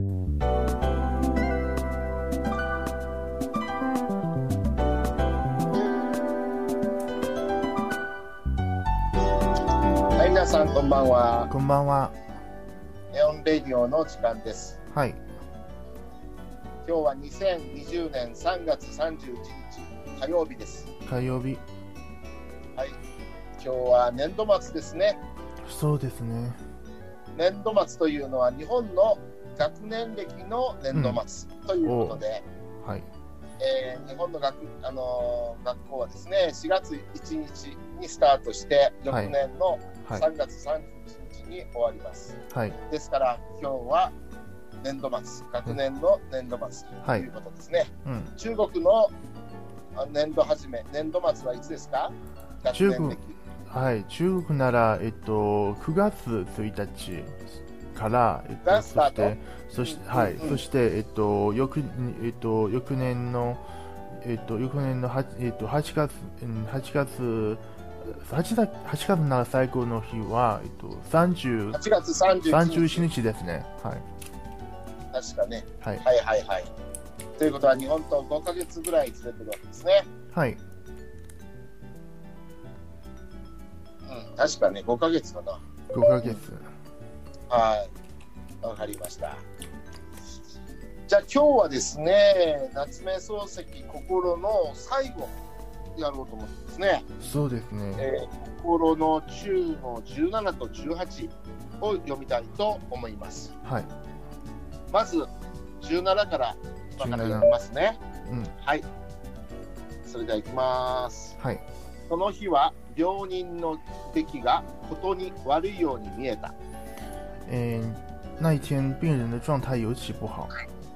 はい、皆さんこんばんは。 こんばんは。 ネオンレディオの時間です。 はい。 今日は2020年3月31日火曜日です。 火曜日。 はい。今日は年度末ですね。 そうですね。 年度末というのは日本の学年歴の年度末ということで、 はい。 日本の学校はですね、4月1日にスタートして翌年の3月31日に終わります。 はい。 ですから今日は年度末、学年の年度末ということですね。中国の年度始め、年度末はいつですか？学年歴。 はい、中国なら、9月1日から、そして、はい、そして、翌年の、8月の最後の日は、 8月31 日ですね。はい。 確かね。 はい。 はいはいはい。ということは日本と5ヶ月ぐらいずれてるわけですね。 はい。 確かね、5ヶ月かな。 5ヶ月。 はい。わかりました。じゃあ今日はですね、夏目漱石心の最後やろうと思ってですね。 そうですね。 心の中の17と18を読みたいと思います。 はい。 まず17から今から読みますね。はい。それでは行きます。 はい。 その日は病人の出来がことに悪いように見えた。 那一天病人的状態尤其不好。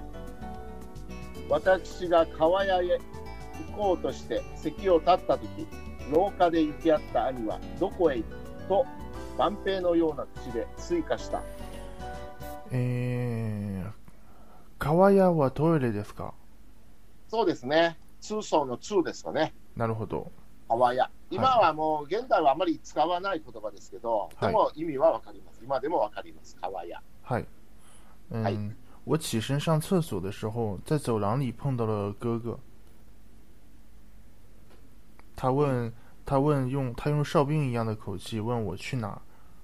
私が川屋へ行こうとして席を立ったとき、廊下で行き合った兄はどこへ行くと万平のような口で追加した。 川屋はトイレですか？ そうですね。通奏の通ですかね。 なるほど。 川屋。今はもう現代はあまり使わない言葉ですけど、でも意味はわかります。今でもわかります。川屋。 はい。我起身上厕所的时候，在走廊里碰到了哥哥。他用哨兵一样的口气问我去哪。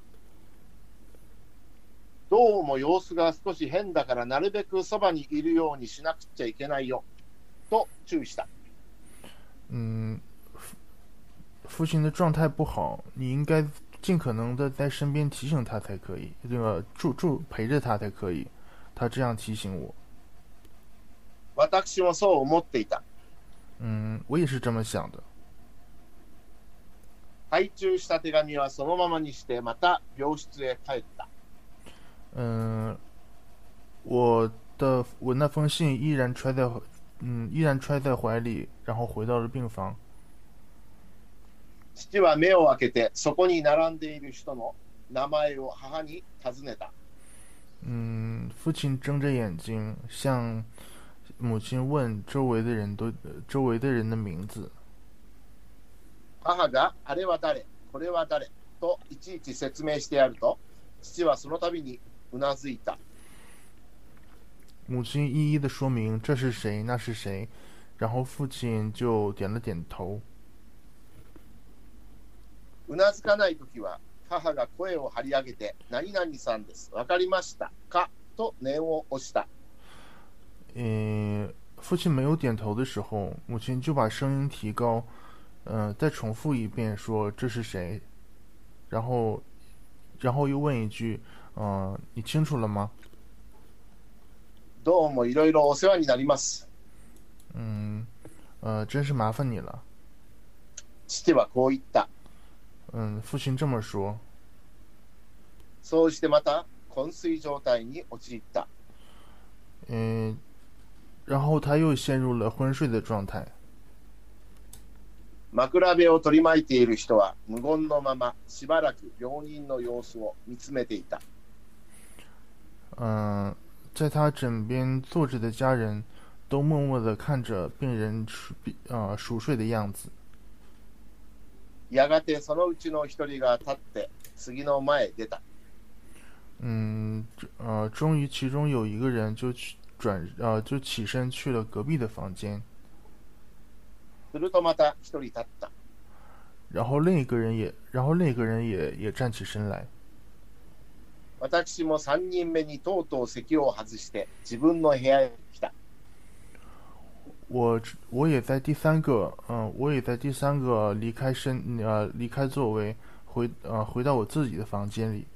どうも様子が少し変だからなるべくそばにいるようにしなくちゃいけないよと注意した。 父亲的状态不好，你应该尽可能的在身边提醒他才可以，陪着他才可以。他这样提醒我。 私もそう思っていた。 我也是这么想的。 配注した手紙はそのままにしてまた病室へ帰った。 我那封信依然揣在怀里，然后回到了病房。 父は目を開けてそこに並んでいる人の名前を母に尋ねた。 父亲睁着眼睛向母亲问周围的人的名字。 母があれは誰、これは誰といちいち説明してやると、父はその度にうなずいた。 母親一一的说明这是谁，那是谁，然后父亲就点了点头。 うなずかないときは母が声を張り上げて何々さんです、わかりましたかと念を押した。 父亲没有点头的时候，母亲就把声音提高，再重复一遍说这是谁，然后又问一句，你清楚了吗？ どうもいろいろお世話になります。 真是麻烦你了。 父はこう言った。 父亲这么说。 そうしてまた昏睡状態に陥った。 然后他又陷入了昏睡的状態。 枕辺を取り巻いている人は無言のまましばらく病人の様子を見つめていた。 在他枕边坐着的家人都默默地看着病人熟睡的样子。 やがてそのうちの一人が立って次の前へ出た。 终于其中有一个人就就起身去了隔壁的房间， するとまた一人立った。 然后另一个人也站起身来。 私も3人目にとうとう席を外して自分の部屋へ来た。 我也在第三个离开座位，回到我自己的房间里。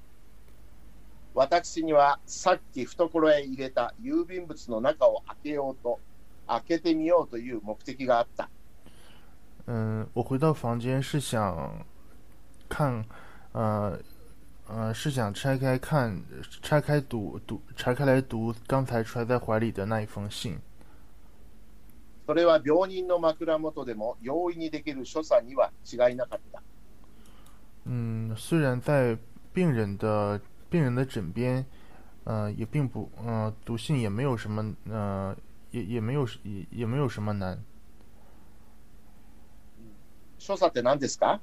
私にはさっき懐へ入れた郵便物の中を開けてみようという目的があった。 我回到房间是想看，是想拆开来读刚才揣在怀里的那一封信。 それは病人の枕元でも容易にできる所作には違いなかった。 虽然在病人的枕边，也并不，读信也没有什么，也没有什么難。 所作って何ですか？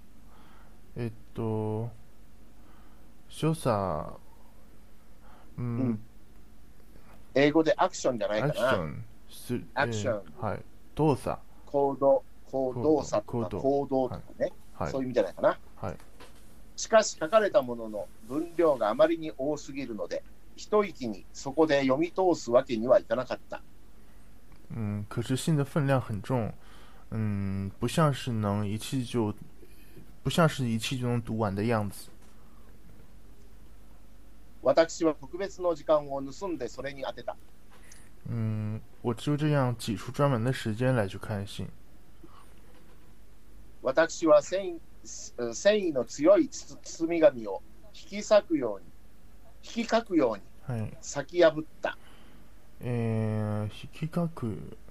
所作、 英語でアクションじゃないかな。 アクション、はい、動作、 行動作とか行動とかね、 はい、 そういう意味じゃないかな。 はい。 しかし書かれたものの分量があまりに多すぎるので、一息にそこで読み通すわけにはいかなかった。 可是信的分量很重，不像是一气就能读完的样子。 私は特別の時間を盗んでそれに当てた。 我就这样挤出专門的時間來去看信。 私は繊維の強い包み紙を引き裂くように裂き破った。 引き裂く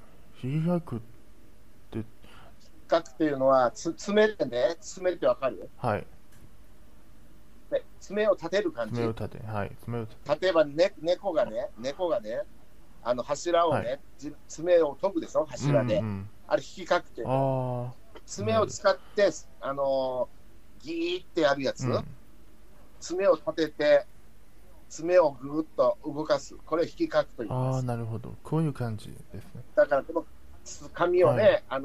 というのは爪でね、爪ってわかる？ はい。 で爪を立てる感じ。 爪を立て、はい。 例えば、猫がね、柱をね、はい、爪を研ぐでしょ、柱で。あれ、引きかくて、爪を使って、ギーってやるやつ、爪を立てて、爪をぐーっと動かす。これを引きかくと言います。 なるほど。こういう感じですね。 だから、この紙をね、はい、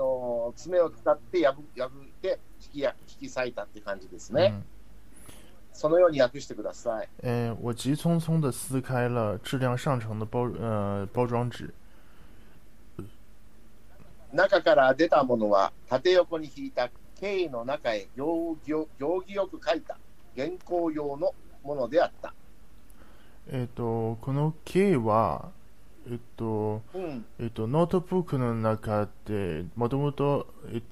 爪を使って破って引き裂いたって感じですね。そのように訳してください。 我急匆匆地撕開了質量上乘的包裝紙。 中から出たものは縦横に引いた経の中へ行儀よく書いた原稿用のものであった。 この経はノートブックの中でもともと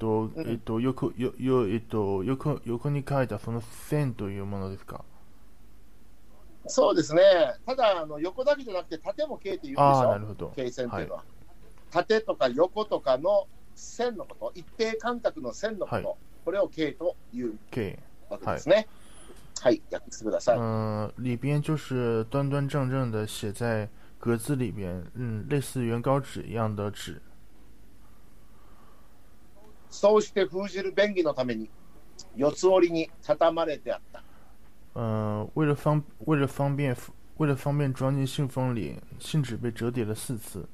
横に書いたその線というものですか？ そうですね。ただ横だけじゃなくて縦も経って言うんでしょ。 なるほど。 経線というのは、はい、縦とか横とかの線のこと、一定間隔の線のこと、はい、これを経というわけですね。はい、訳してください。 里边就是端端正正的写在格子里边，类似原稿纸一样的纸。 そうして封じる便宜のために四つ折りに畳まれてあった。 为了方便装进信封里，信纸被折叠了4次。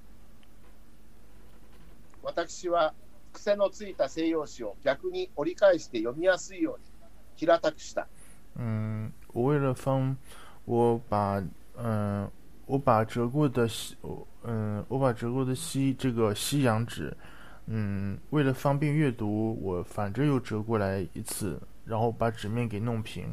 私は癖のついた西洋紙を逆に折り返して読みやすいように平たくした。 我把折过的这个西洋纸，为了方便阅读，我反着又折过来一次，然后把纸面给弄平。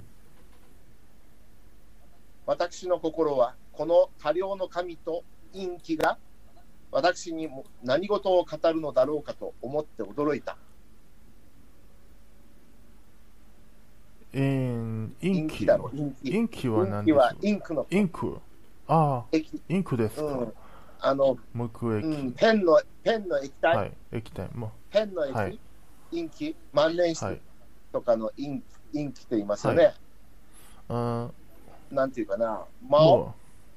私の心はこの多量の紙と印記が私に何事を語るのだろうかと思って驚いた。 印記は何でしょう？ インクのインク。インクですか？木液。 ペンの液体。 はい、液体も。 ペンの液、はい、インキ、万年筆とかのインキと言いますよね。 はい、 なんていうかな、も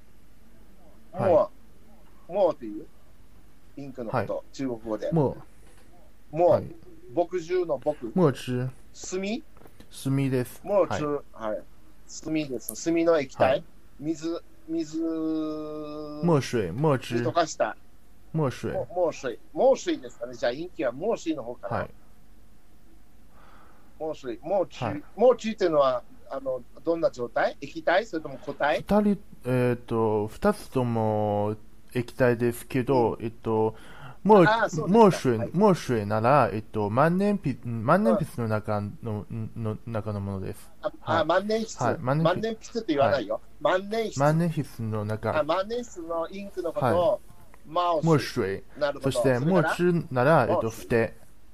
うというインクのこと、はい、中国語で。もう、はい、墨汁の墨。 墨汁。 墨です。 墨汁、 はい。墨です。墨の液体、はい、水墨水、墨汁、 溶かした墨水。 墨水ですかね。じゃあ、陰気は墨水の方かな。 はい。 墨水っていうのは、どんな状態？液体それとも固体？ 二つとも液体ですけど、墨水なら、万年筆の中のものです。 万年筆、万年筆って言わないよ。万年筆の中。 万年筆のインクのことを、 墨水。そして、墨汁なら、筆。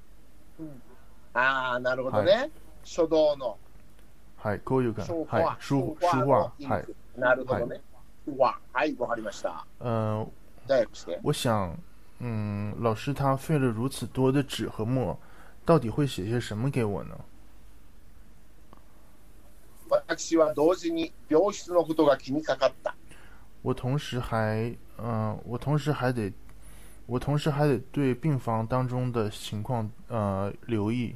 なるほどね。書道の。 はい、こういう感じ。はい、書画。はい。 なるほどね。はい、わかりました。 我想，老师他费了如此多的纸和墨，到底会写些什么给我呢？ 私は同時に病室のことが気にかかった。 我同时还得对病房当中的情况留意。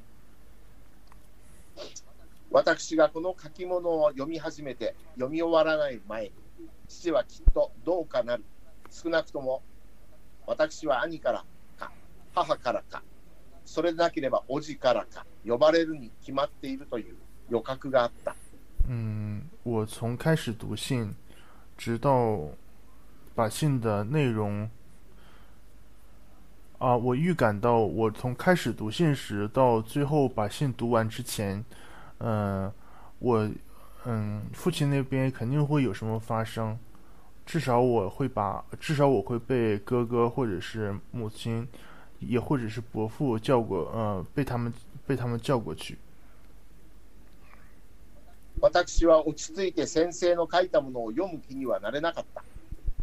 私がこの書き物を読み始めて読み終わらない前、父はきっとどうかなる。少なくとも私は兄からか母からか、それでなければ叔父からか呼ばれるに決まっているという予覚があった。 我从开始读信，直到把信的内容我预感到我从开始读信时到最后把信读完之前，父亲那边肯定会有什么发生，至少我会被哥哥或者是母亲，也或者是伯父叫过，被他们叫过去。 私は落ち着いて先生の書いたものを読む気にはなれなかった。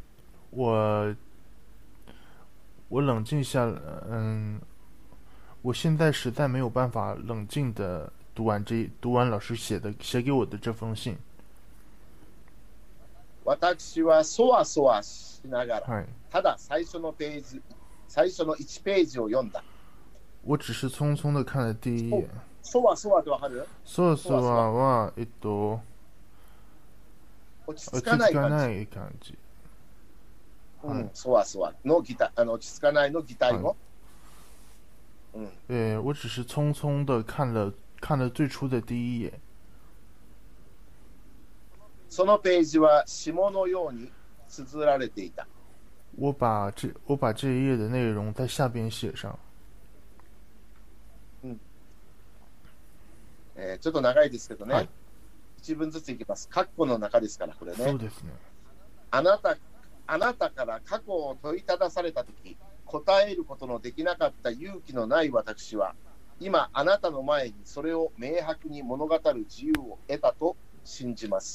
我冷静下来，我现在实在没有办法冷静的读完老师写给我的这封信。 私はそわそわしながら、ただ最初の1ページを読んだ。 我只是匆匆的看了第一页。 そわそわってわかる？ そわそわは落ち着かない感じ。そわそわの落ち着かないの擬態語。 我只是匆匆的看了最初的第一页。 そのページは霜のように綴られていた。 我把这一页的内容在下边写上。 ちょっと長いですけどね。一文ずついきます。括弧の中ですから、これね。 そうですね。 あなたから過去を問いただされたとき、答えることのできなかった勇気のない私は、今あなたの前にそれを明白に物語る自由を得たと信じます。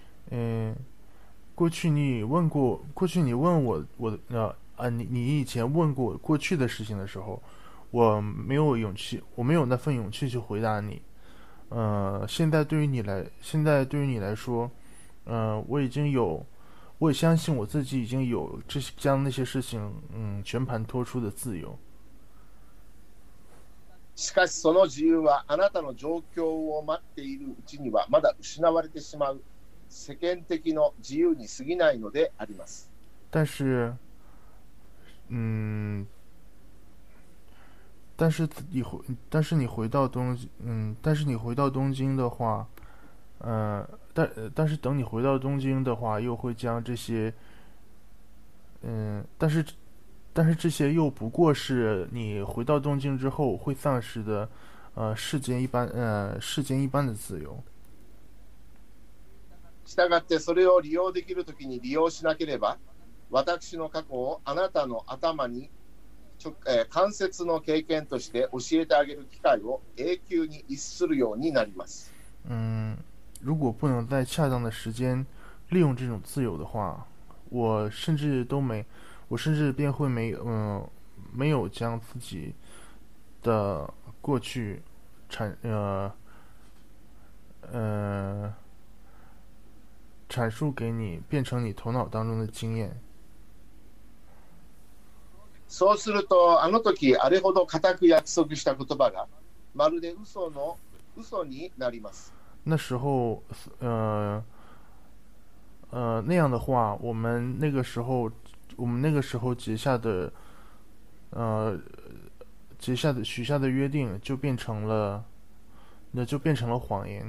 过去你问我你以前问过我过去的事情的时候，我没有那份勇气去回答你。现在对于你来说，我也相信我自己已经有将那些事情全盘托出的自由。 しかしその自由はあなたの状況を待っているうちにはまだ失われてしまう世間的の自由に過ぎないのであります。 但是你回到东京的话，但是等你回到东京的话，又会将这些，但是这些又不过是你回到东京之后会丧失的，世间一般的自由。 したがってそれを利用できるときに利用しなければ、私の過去をあなたの頭に間接の経験として教えてあげる機会を永久に逸するようになります。 如果不能在恰当的时间利用这种自由的话，我甚至便会没有将自己的过去阐述给你，变成你頭腦當中的經驗。 そうすると、あの時あれほど固く約束した言葉がまるで嘘になります。 那时候， 那样的话，我们那个时候呃许下的约定就变成了谎言。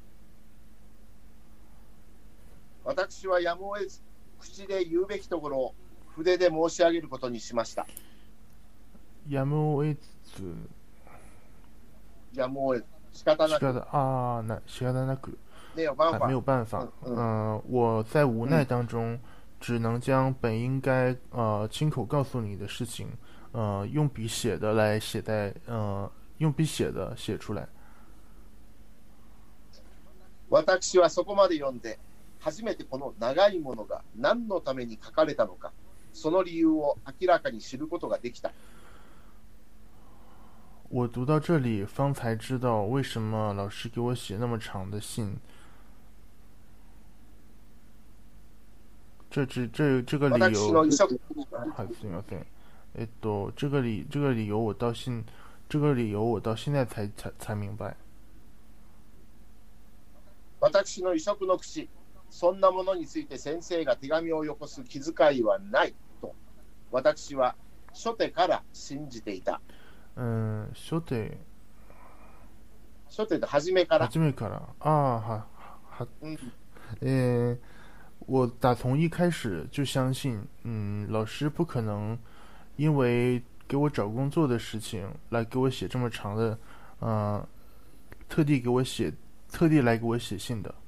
私はやむを得ず口で言うべきところを筆で申し上げることにしました。 やむを得ず。 やむを得ず。仕方なく。 仕方なく。 没有办法。 没有办法。我在无奈当中，只能将本应该亲口告诉你的事情，用笔写的来写在用笔写的写出来。 私はそこまで読んで。初めてこの長いものが何のために書かれたのか、その理由を明らかに知ることができた。 我读到这里，方才知道为什么老师给我写那么长的信。这个理由，はいすみません。这个理由我到现在才明白。 私の異色の口。そんなものについて先生が手紙をよこす気遣いはないと私は初手から信じていた。 初手で初めから。 我打从一开始就相信，老师不可能因为给我找工作的事情来给我写这么长的，特地来给我写信的。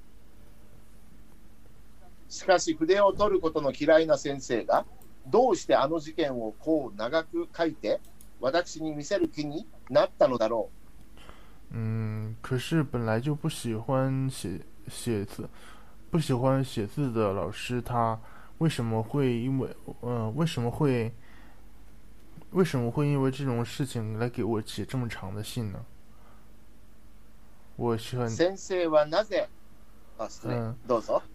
しかし筆を取ることの嫌いな先生がどうしてあの事件をこう長く書いて私に見せる気になったのだろう。可是本来就不喜欢写字的老师，他为什么会因为这种事情来给我写这么长的信呢？我喜欢。 先生はなぜ？失礼。どうぞ。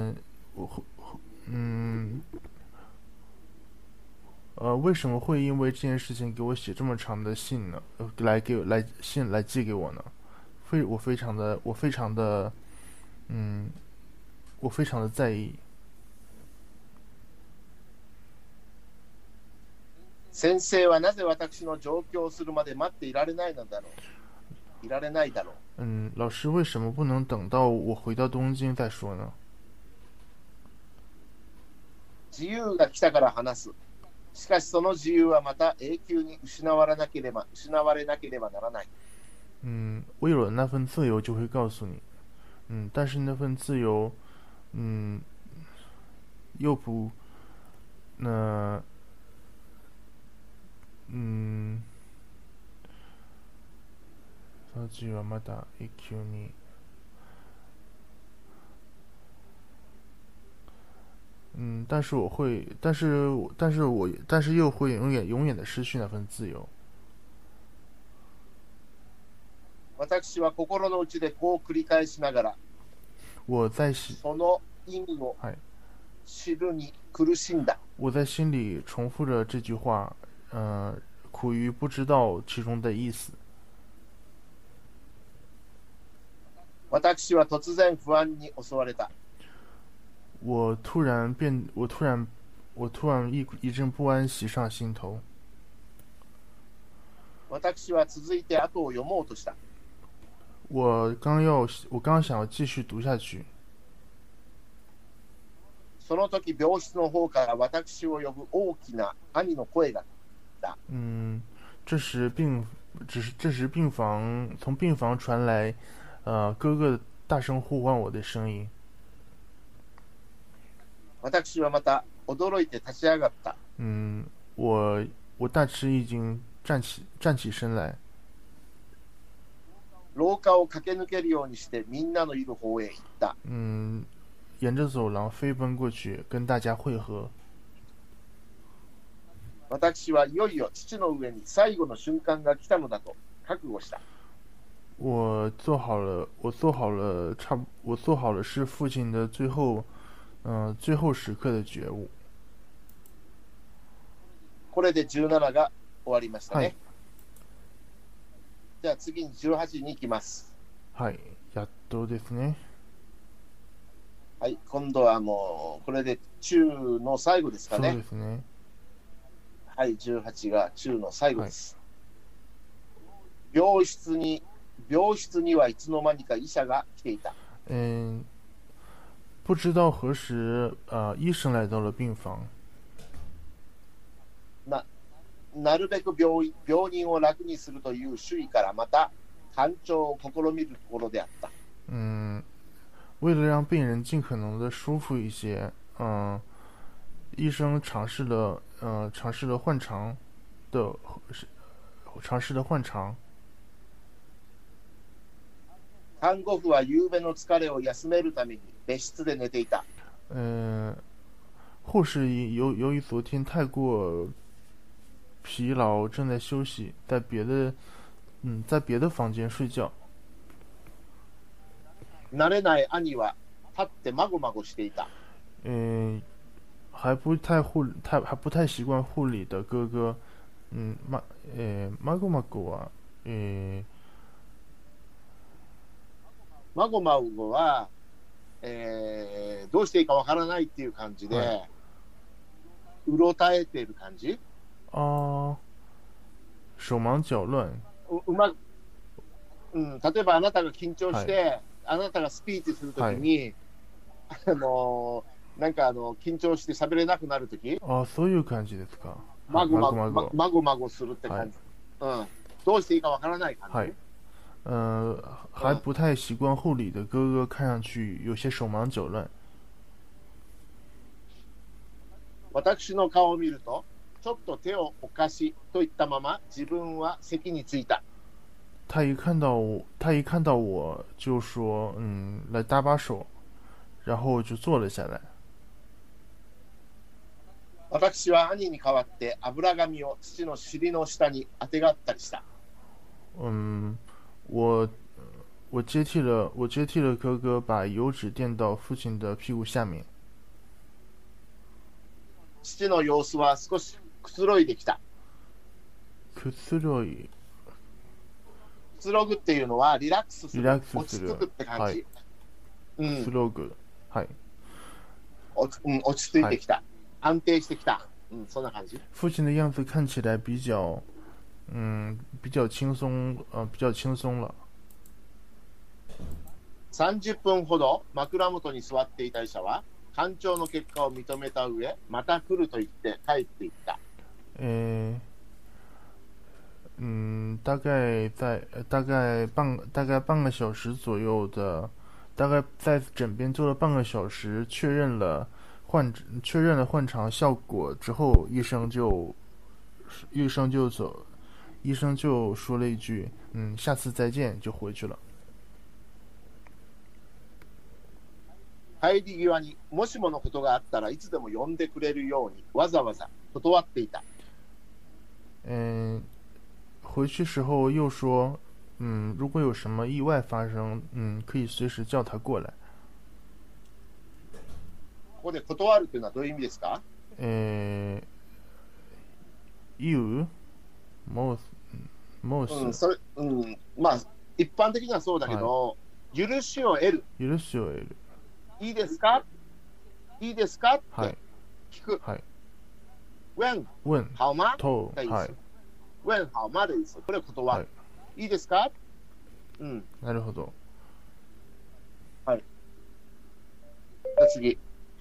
为什么会因为这件事情给我写这么长的信呢？来寄给我呢？我非常的在意。 先生はなぜ私の上京するまで待っていられないのだろう？いられないだろう。 老师为什么不能等到我回到東京再说呢？ 自由が来たから話す。しかしその自由はまた永久に失われなければならない。 我有了那份自由就会告诉你。但是那份自由，又不，その自由はまた永久に。但是又会永远的失去那份自由。 私は心の内でこう繰り返しながら、その意味を知るに苦しんだ。 我在心里重复着这句话，苦于不知道其中的意思。 私は突然不安に襲われた。 我突然一阵不安袭上心头。 私は続いて後を読もうとした。 我刚想要继续读下去。 その時病室の方から私を呼ぶ大きな兄の声がした。 这时从病房传来哥哥大声呼唤我的声音。 私はまた驚いて立ち上がった。 我大吃一惊，站起身来。 廊下を駆け抜けるようにしてみんなのいる方へ行った。 沿着走廊飞奔过去，跟大家会合。 私はいよいよ父の上に最後の瞬間が来たのだと覚悟した。 我做好了是父亲的最後時刻的覺悟。 これで17が終わりましたね。じゃあ次に18に行きます。 はい、やっとですね。 はい、今度はもうこれで中の最後ですかね。 そうですね。 はい、18が中の最後です。はい、病室にはいつの間にか医者が来ていた。 不知道何时，医生来到了病房。 なるべく病人を楽にするという主意からまた干潮を試みるところであった。 为了让病人尽可能的舒服一些，医生尝试了换肠的换肠。 看護婦は夕べの疲れを休めるために別室で寝ていた。 护士由于昨天太过疲劳，正在休息，在别的房间睡觉。 慣れない兄は立ってまごまごしていた。 还不太习惯护理的哥哥，まごまごは、 まごまごは、どうしていいかわからないっていう感じで、はい、うろたえている感じ。 手忙脚乱。 例えばあなたが緊張して、はい、あなたがスピーチするときに、はい、なんか緊張して喋れなくなるとき、 そういう感じですか。 まごまごするって感じ、はい、どうしていいかわからない感じ。はい、 还不太习惯护理的哥哥看上去有些手忙脚乱。 私の顔を見ると、ちょっと手をお貸しと言ったまま自分は席に着いた。 他一看到我就说来搭把手，然后就坐了下来。 私は兄に代わって油紙を父の尻の下にあてがったりした。 我接替了哥哥，把油纸垫到父亲的屁股下面。 父の様子は少しくつろいできた。 くつろい。 くつろぐっていうのはリラックスする。落ち着くって感じ。 はい、くつろぐ。はい。 落ち着いてきた。はい、安定してきた。そんな感じ。 父亲的样子看起来比较轻松，比较轻松了。 30分ほど枕元に座っていた医者は鑑定の結果を認めた上、また来ると言って帰っていった。 大概半个小时左右的，大概在枕边坐了半个小时，确认了换肠效果之后，医生就说了一句下次再见，就回去了。 帰り際にもしものことがあったらいつでも呼んでくれるようにわざわざ断っていた。 回去时候又说，如果有什么意外发生，可以随时叫他过来。 ここで断るというのはどういう意味ですか？ 言う？ それ、まあ一般的にはそうだけど、はい、許しを得る。いいですか？いいですかって聞く。はい、When? How much? がいいです。When? How much? でいいです。これを断る。いいですか？ なるほど。 はい。次。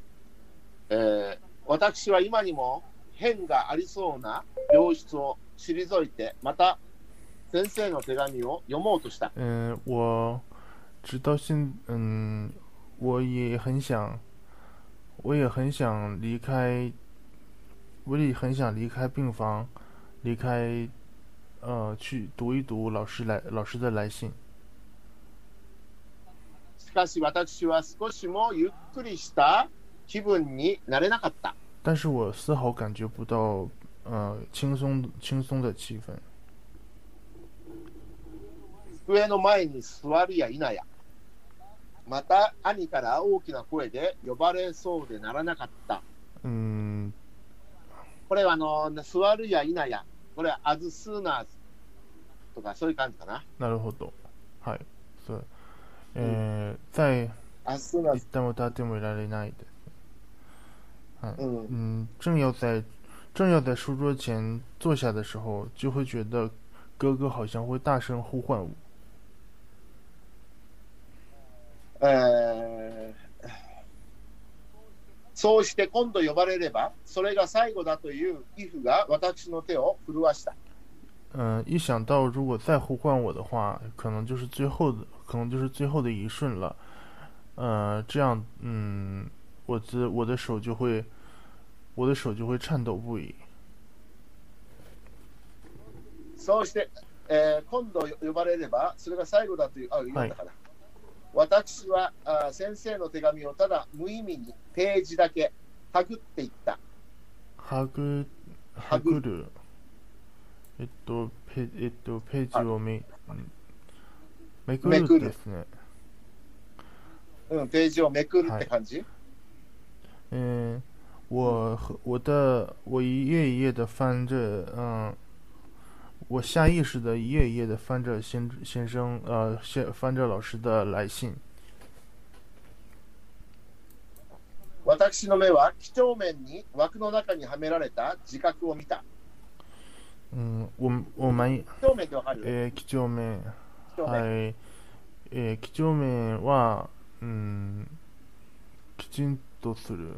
私は今にも変がありそうな病室を退いて、また先生の手紙を読もうとした。 我直到我也很想离开病房，去读一读老师的来信。 しかし私は少しもゆっくりした気分になれなかった。 但是我丝毫感觉不到轻松的气氛。 机の前に座るや否や、また兄から大きな声で呼ばれそうでならなかった。これは座るや否や、これは as soon as とかそういう感じかな。 なるほど。はい。そう。在あ、そうなんです。 いたも立ってもいられない的。 嗯， 正要在书桌前坐下的时候，就会觉得哥哥好像会大声呼唤我。 そうして今度呼ばれれば、それが最後だというイフが私の手を震わした。 一想到如果再呼唤我的话，可能就是最后的一瞬了。这样，我的手就会颤抖不已。 そうして、今度呼ばれれば、それが最後だという、読んだかな。 はい、 私は先生の手紙をただ無意味にページだけはぐっていった。 はぐる。ページをめくるですね。 ページをめくるって感じ。 我一页一页的翻着，我下意识的一页一页的翻着翻着老师的来信。 私の目は几帳面に枠の中にはめられた字画を見た。 我蛮几帳面ってわかる？ 几帳面、はい、几帳面は、きちんとする。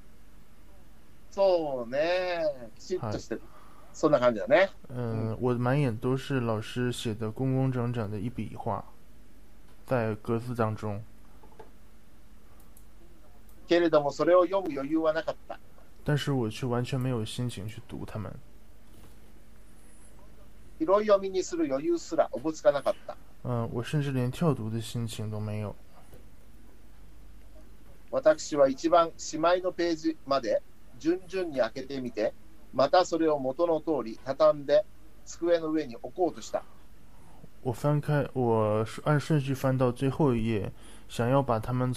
そうね、きちっとしてる。そんな感じだね。 我满眼都是老师写的工工整整的一笔一画，在格子当中。 けれどもそれを読む余裕はなかった。 但是我却完全没有心情去读它们。 拾い読みにする余裕すらおぼつかなかった。 我甚至连跳读的心情都没有。 私は一番しまいのページまで順々に開けてみて、またそれを元の通り畳んで机の上に置こうとした。 我按顺序翻到最后一页，想要把它们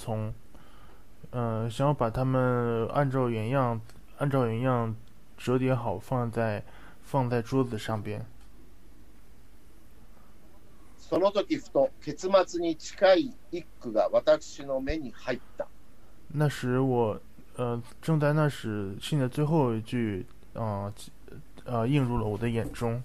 按照原样折叠好，放在桌子上边。 その時ふと結末に近い一句が私の目に入った。 那时正在那时，信的最后一句，映入了我的眼中。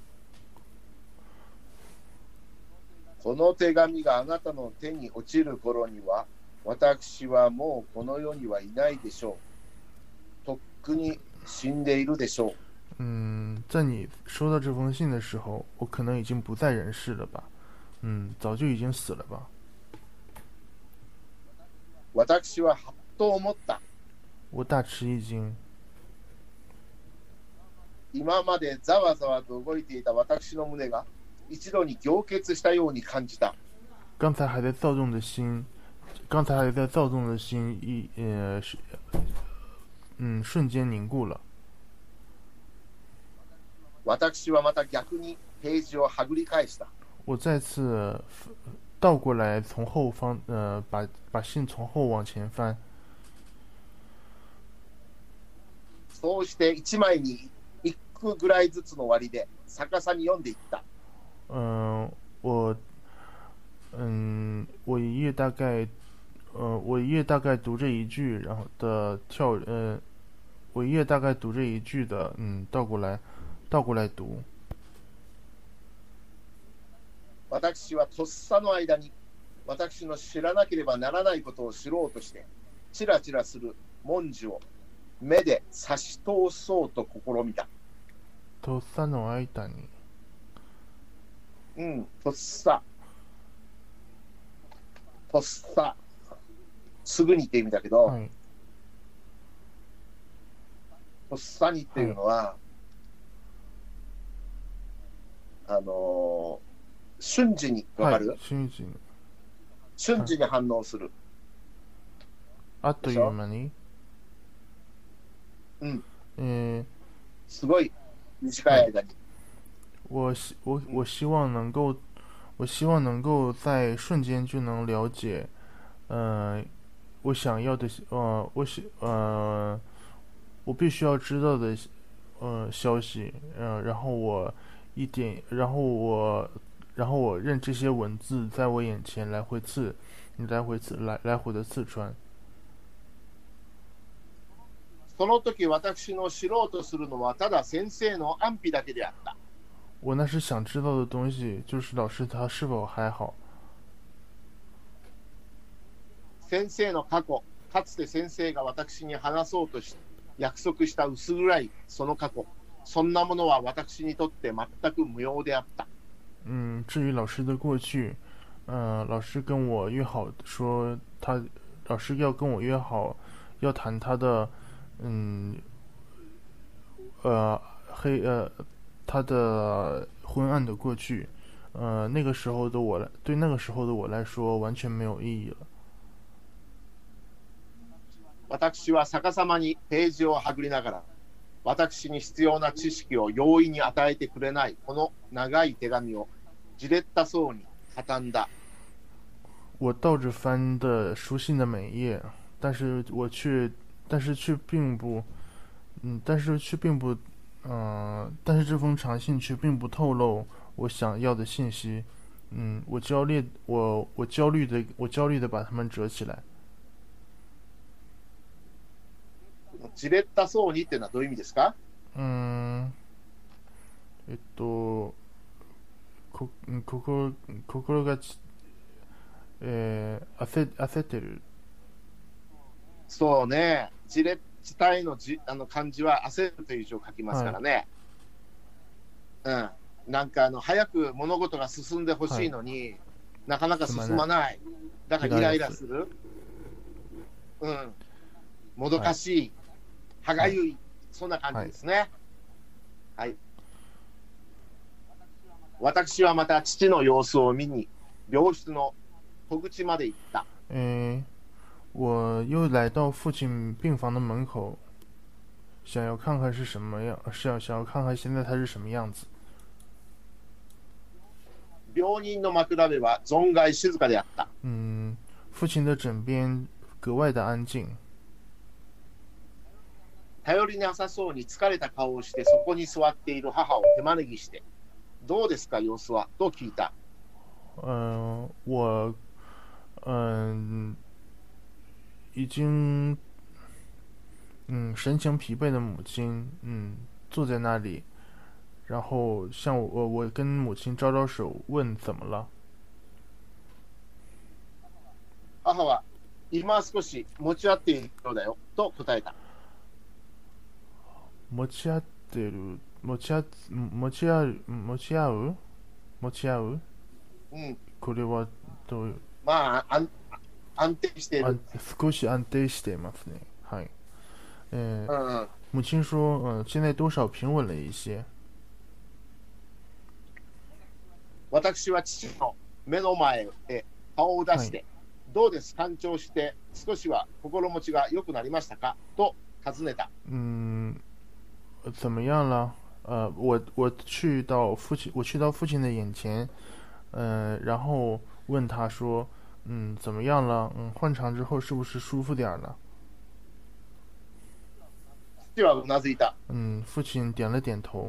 この手紙があなたの手に落ちる頃には、私はもうこの世にはいないでしょう。とっくに死んでいるでしょう。 在你收到这封信的时候，我可能已经不在人世了吧。早就已经死了吧。 私ははっと思った。 我大吃一惊。 今までざわざわと動いていた私の胸が一度に凝結したように感じた。 刚才还在躁动的心瞬间凝固了。 私はまた逆にページをはぐり返した。 我再次倒过来，从后方把信从后往前翻。 そうして一枚に一句ぐらいずつの割りで逆さに読んでいった。 我一页大概读这一句，然后我一页大概读这一句的，倒过来读。 私はとっさの間に私の知らなければならないことを知ろうとしてチラチラする文字を目で差し通そうと試みた。 とっさの間に。 とっさすぐにって意味だけど、 はい、 とっさにっていうのは、瞬時にわかる、 瞬時に反応する。 あっという間に。 すごい短い間に。 我希望能够在瞬间就能了解，我想要的，我必须要知道的，消息，然后我任这些文字在我眼前来回你来回的四川。 その時私の知ろうとするのはただ先生の安否だけであった。 我那时想知道的东西就是老师他是否还好。 先生の過去、かつて先生が私に話そうとし約束した薄暗いその過去、そんなものは私にとって全く無用であった。 至于老师的过去，老师跟我约好说老师要跟我约好，要谈他的，嗯，呃，黑他的昏暗的过去，那个时候的我对那个时候的我来说完全没有意义了。 私は逆さまにページをはぐりながら、私に必要な知識を容易に与えてくれないこの長い手紙をじれったそうに畳んだ。 我倒着翻的书信的每一页，但是却并不，但是这封长信却并不透露我想要的信息。我焦虑的把它们折起来。 じれったそうにっていうのはどういう意味ですか？ えっと、こ、心、心がち、焦ってる。 そうね、じれったいの漢字は焦るという字を書きますからね。はい、なんか早く物事が進んでほしいのに、はい、なかなか進まない。だからイライラする。もどかしい。歯がゆい、そんな感じですね。はい。私はまた父の様子を見に病室の戸口まで行った。 我又来到父亲病房的门口，想要看看是什么样，想要看看现在他是什么样子。 病人の枕辺は存外静かであった。 父亲的枕边格外的安静。 頼りなさそうに疲れた顔をしてそこに座っている母を手招きして、どうですか様子はと聞いた。 我已经神情疲惫的母亲坐在那里，然后向我跟母亲招招手，问怎么了。 母は今少し持ち合っているようだよと答えた。 持ち合ってる持ち合うこれはどういう？ まあ安定している。 少し安定していますね。はい。母亲说，现在多少平稳了一些。 私は父の目の前へ顔を出して、はい、どうです干潮して少しは心持ちが良くなりましたかと尋ねた。 怎么样了？我去到父亲的眼前，然后问他说，怎么样了？换肠之后是不是舒服点了？ 父はうなずいた。 父亲点了点头。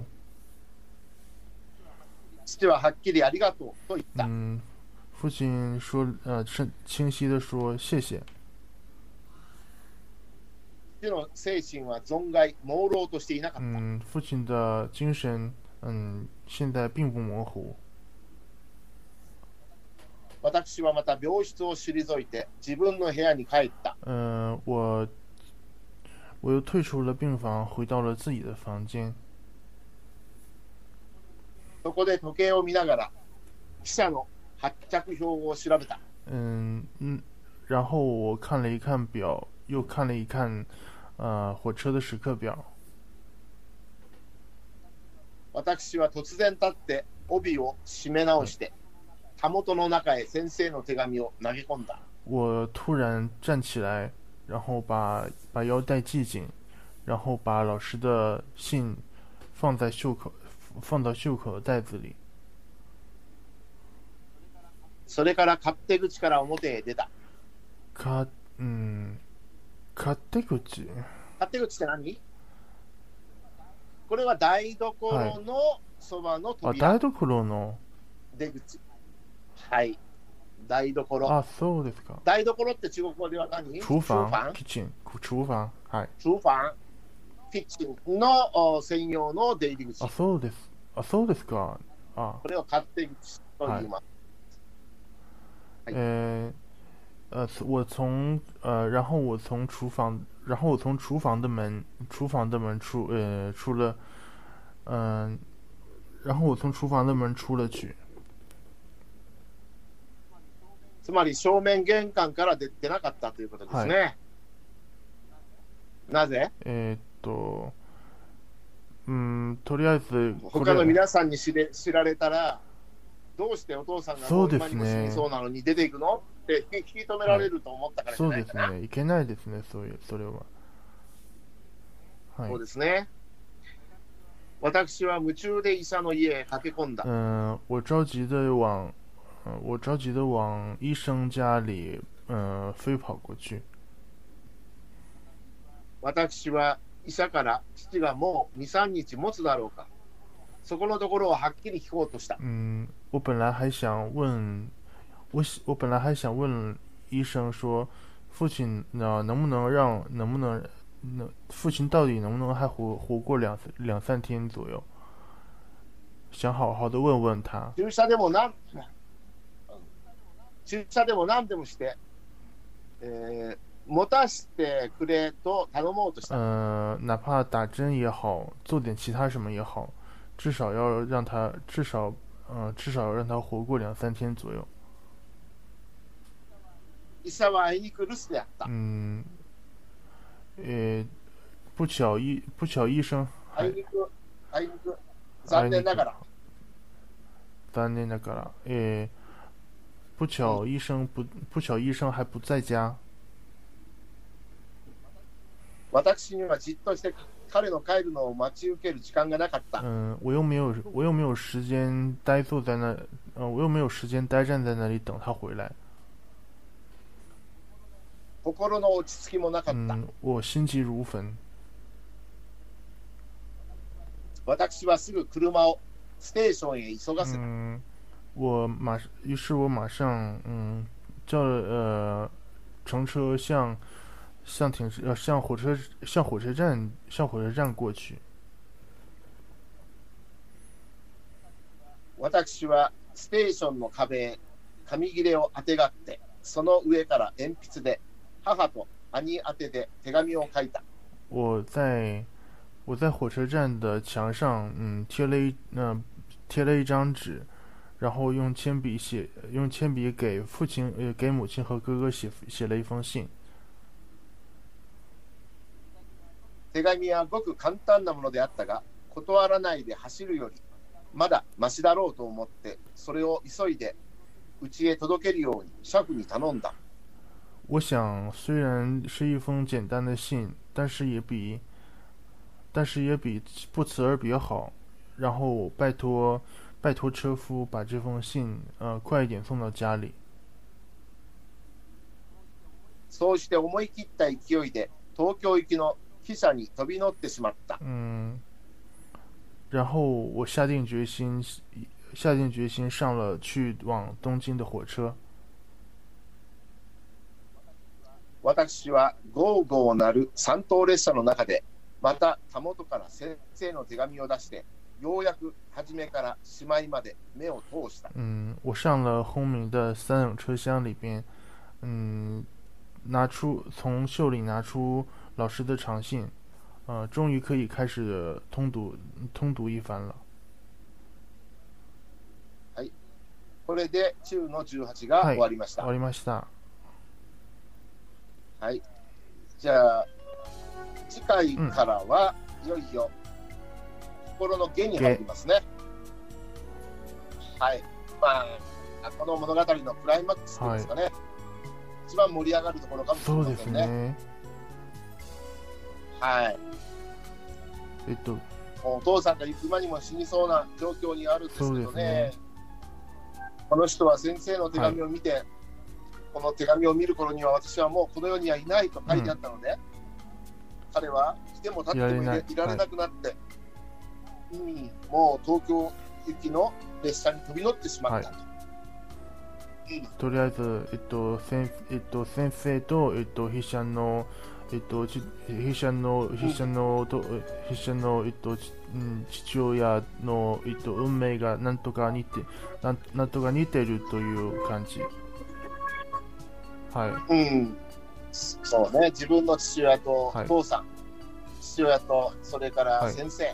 父ははっきりありがとうと言った。 父亲说，清晰的说谢谢。 父の精神は存外朦朧としていなかった。 父親的精神，現在並不模糊。 私はまた病室を退いて自分の部屋に帰った。 我又退出了病房，回到了自己的房间。 そこで時計を見ながら汽車の発着表を調べた。 然后我看了一看表，又看了一看火車的時刻表。 私は突然立って帯を締め直して、たもとの中へ先生の手紙を投げ込んだ。 我突然站起来，然后把腰带系紧，然后把老师的信放到袖口袋子里。 それから勝手口から表へ出た。 勝手口って何？これは台所のそばの扉。 台所の出口。はい。 台所。 あ、そうですか。 台所って中国語では何？ 厨房、キッチン、厨房、はい。 厨房、キッチンの専用の出入り口。 あ、そうです。あ、そうですか。啊， これを勝手口と言います。 然后我从厨房，然后我从厨房的门，出了，然后我从厨房的门出了去。 つまり正面玄関から出てなかったということですね。はい、なぜ？ とりあえず他の皆さんに知られたら、どうしてお父さんがもう今にも死にそうなのに出ていくのって引き止められると思ったからじゃないかな。 そうですね。いけないですね。それは。 はい、そうですね。私は夢中で医者の家へ駆け込んだ。 我着急的往医生家里飞跑过去。 私は医者から父がもう2、3日持つだろうか。そこのところをはっきり聞こうとした。 我本来还想问医生说，父亲父亲到底能不能还活过两三天左右？想好好的问问他。 注射でも何でもして、持たせてくれと頼もうとした。 哪怕打针也好，做点其他什么也好，至少让他活过两三天左右。 医者はあいにく留守であった。 不巧医生。 あいにく残念ながら。 不巧医生还不在家。 私にはじっとして彼の帰るのを待ち受ける時間がなかった。 我又没有时间待站在那里等他回来。 心の落ち着きもなかった。 我心急如焚。 私はすぐ車をステーションへ急がせた。 于是我马上叫了乘车向火车站过去。 私はステーションの壁へ紙切れをあてがって、その上から鉛筆で母と兄宛てで手紙を書いた。 我在火车站的墙上贴了一张紙。然后用铅笔给母亲和哥哥写了一封信。 手紙はごく簡単なものであったが、断らないで走るよりまだマシだろうと思って、それを急いで家へ届けるように車夫に頼んだ。 我想，虽然是一封简单的信，但是也比不辞而别好。然后拜托车夫把这封信快一点送到家里。 そうして思い切った勢いで東京行きの汽車に飛び乗ってしまった。 然后我下定决心上了去往东京的火車。 私はゴーゴー鳴る3等列車の中で、またたもとから先生の手紙を出して、ようやく初めからしまいまで目を通した。 我上了轰鸣的三等车厢里边，从袖里拿出老师的长信，终于可以开始通读一番了。 はい、これで中の18が終わりました。 終わりました。 はい。じゃあ次回からはいよいよ心の下に入りますね。はい。この物語のクライマックスですかね。一番盛り上がるところかもしれませんね。そうですね。はい。お父さんが今にも死にそうな状況にあるんですけどね。この人は先生の手紙を見て、この手紙を見る頃には私はもうこの世にはいないと書いてあったので、彼はいても立ってもいられなくなって、もう東京行きの列車に飛び乗ってしまったと。 とりあえず、先生と、筆者の、筆者の、父親の、運命がなんとか似てるという感じ。はい。 うん。そうね、自分の父親とお父さん、父親とそれから先生、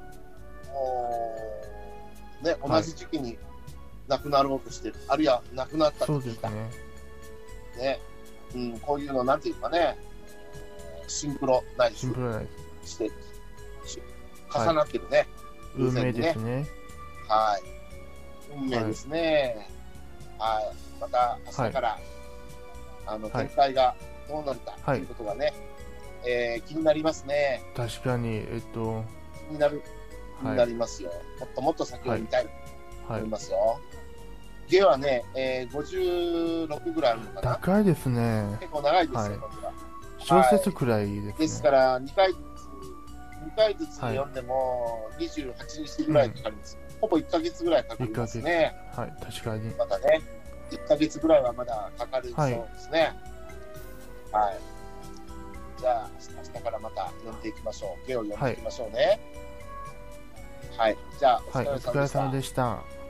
ね、同じ時期に亡くなろうとしてる、あるいは亡くなったと聞いた。 そうですね。 ね、うん、こういうのなんていうかね、シンクロナイズして重なってるね。 運命ですね。 はい。運命ですね。はい。また明日から、展開がどうなるかということがね、気になりますね。 確かに、 気になりますよ。もっともっと先を見たいと思いますよ。芸はね、56ぐらいあるのかな。 高いですね。 結構長いですよ、これは。 小説くらいですね。 ですから、2回ずつ読んでも28日ぐらいかかります。ほぼ1ヶ月ぐらいかかりますね。 はい、確かに。 またね、1ヶ月ぐらいはまだかかるそうですね。はい。じゃあ、明日からまた読んでいきましょう。芸を読んでいきましょうね。はい。じゃあ、 お疲れ様でした。